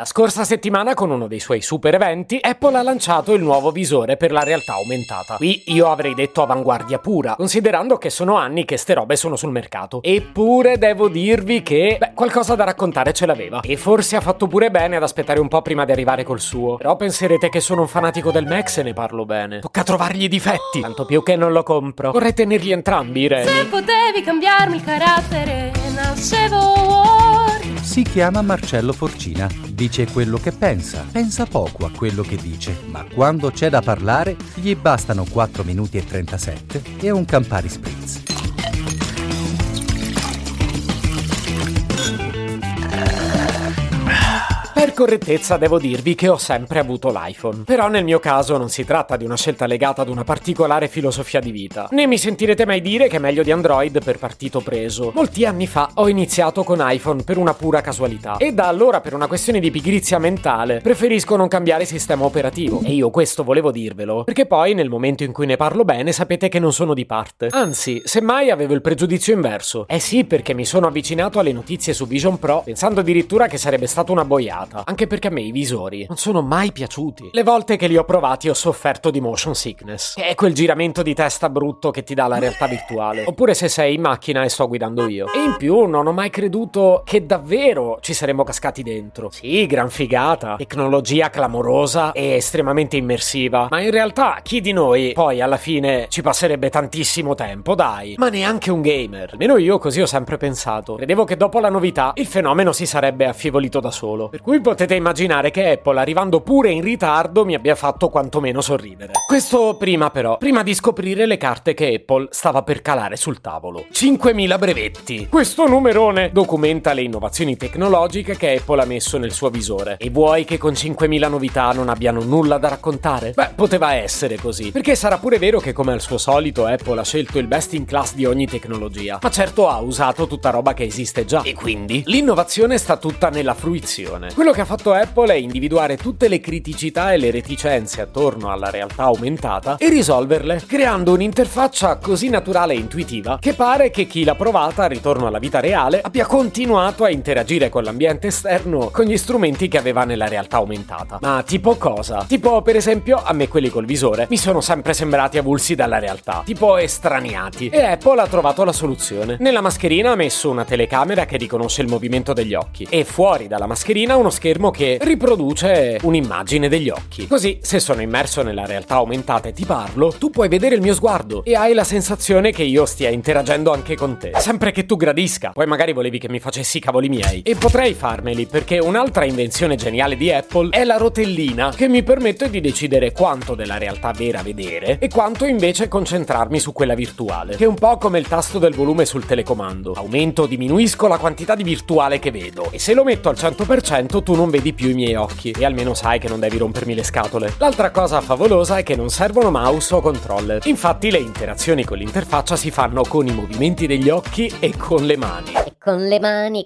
La scorsa settimana, con uno dei suoi super eventi, Apple ha lanciato il nuovo visore per la realtà aumentata. Qui io avrei detto avanguardia pura, considerando che sono anni che ste robe sono sul mercato. Eppure devo dirvi che, qualcosa da raccontare ce l'aveva. E forse ha fatto pure bene ad aspettare un po' prima di arrivare col suo. Però penserete che sono un fanatico del Mac se ne parlo bene. Tocca trovargli i difetti. Tanto più che non lo compro. Vorrei tenerli entrambi, Remy. Se potevi cambiarmi il carattere, nascevo Word. Si chiama Marcello Forcina, dice quello che pensa poco a quello che dice, ma quando c'è da parlare gli bastano 4 minuti e 37 e un Campari Spritz. Per correttezza devo dirvi che ho sempre avuto l'iPhone. Però nel mio caso non si tratta di una scelta legata ad una particolare filosofia di vita. Né mi sentirete mai dire che è meglio di Android per partito preso. Molti anni fa ho iniziato con iPhone per una pura casualità. E da allora, per una questione di pigrizia mentale, preferisco non cambiare sistema operativo. E io questo volevo dirvelo, perché poi nel momento in cui ne parlo bene sapete che non sono di parte. Anzi, semmai avevo il pregiudizio inverso. Eh sì, perché mi sono avvicinato alle notizie su Vision Pro pensando addirittura che sarebbe stata una boiata. Anche perché a me i visori non sono mai piaciuti. Le volte che li ho provati ho sofferto di motion sickness, che è quel giramento di testa brutto che ti dà la realtà virtuale. Oppure se sei in macchina e sto guidando io. E in più non ho mai creduto che davvero ci saremmo cascati dentro. Sì, gran figata, tecnologia clamorosa e estremamente immersiva, ma in realtà chi di noi poi alla fine ci passerebbe tantissimo tempo, dai. Ma neanche un gamer. Almeno io così ho sempre pensato. Credevo che dopo la novità il fenomeno si sarebbe affievolito da solo. Per cui potete immaginare che Apple, arrivando pure in ritardo, mi abbia fatto quantomeno sorridere. Questo prima di scoprire le carte che Apple stava per calare sul tavolo. 5.000 brevetti. Questo numerone documenta le innovazioni tecnologiche che Apple ha messo nel suo visore. E vuoi che con 5.000 novità non abbiano nulla da raccontare? Poteva essere così. Perché sarà pure vero che, come al suo solito, Apple ha scelto il best in class di ogni tecnologia. Ma certo ha usato tutta roba che esiste già. E quindi l'innovazione sta tutta nella fruizione. Quello che ha fatto Apple è individuare tutte le criticità e le reticenze attorno alla realtà aumentata e risolverle, creando un'interfaccia così naturale e intuitiva che pare che chi l'ha provata, ritorno alla vita reale, abbia continuato a interagire con l'ambiente esterno con gli strumenti che aveva nella realtà aumentata. Ma tipo cosa? Tipo, per esempio, a me quelli col visore mi sono sempre sembrati avulsi dalla realtà, tipo estraniati, e Apple ha trovato la soluzione. Nella mascherina ha messo una telecamera che riconosce il movimento degli occhi e fuori dalla mascherina uno schermo che riproduce un'immagine degli occhi. Così, se sono immerso nella realtà aumentata e ti parlo, tu puoi vedere il mio sguardo e hai la sensazione che io stia interagendo anche con te. Sempre che tu gradisca. Poi magari volevi che mi facessi i cavoli miei. E potrei farmeli, perché un'altra invenzione geniale di Apple è la rotellina, che mi permette di decidere quanto della realtà vera vedere e quanto invece concentrarmi su quella virtuale, che è un po' come il tasto del volume sul telecomando. Aumento o diminuisco la quantità di virtuale che vedo, e se lo metto al 100% tu non vedi più i miei occhi, e almeno sai che non devi rompermi le scatole. L'altra cosa favolosa è che non servono mouse o controller. Infatti le interazioni con l'interfaccia si fanno con i movimenti degli occhi e con le mani. Con le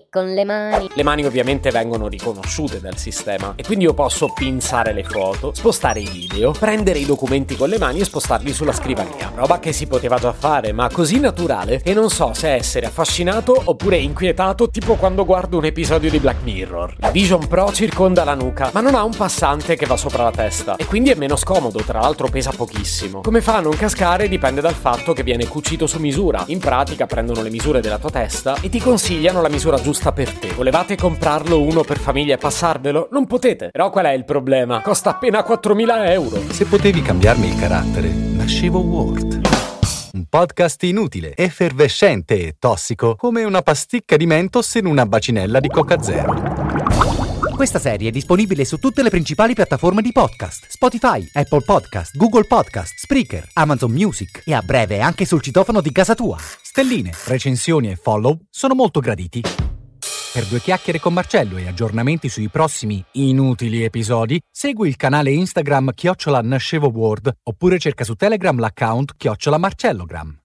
mani. Le mani ovviamente vengono riconosciute dal sistema e quindi io posso pinzare le foto, spostare i video, prendere i documenti con le mani e spostarli sulla scrivania. Roba che si poteva già fare, ma così naturale che non so se essere affascinato oppure inquietato, tipo quando guardo un episodio di Black Mirror. La Vision Pro circonda la nuca, ma non ha un passante che va sopra la testa e quindi è meno scomodo, tra l'altro pesa pochissimo. Come fa a non cascare dipende dal fatto che viene cucito su misura. In pratica prendono le misure della tua testa e ti consigliano la misura giusta per te. Volevate comprarlo uno per famiglia e passarvelo? Non potete. Però qual è il problema? Costa appena 4.000 euro. Se potevi cambiarmi il carattere, nascevo Word. Un podcast inutile, effervescente e tossico, come una pasticca di Mentos in una bacinella di Coca Zero. Questa serie è disponibile su tutte le principali piattaforme di podcast: Spotify, Apple Podcast, Google Podcast, Spreaker, Amazon Music e a breve anche sul citofono di casa tua. Stelline, recensioni e follow sono molto graditi. Per 2 chiacchiere con Marcello e aggiornamenti sui prossimi inutili episodi, segui il canale Instagram @NascevoWord oppure cerca su Telegram l'account @MarcelloGram.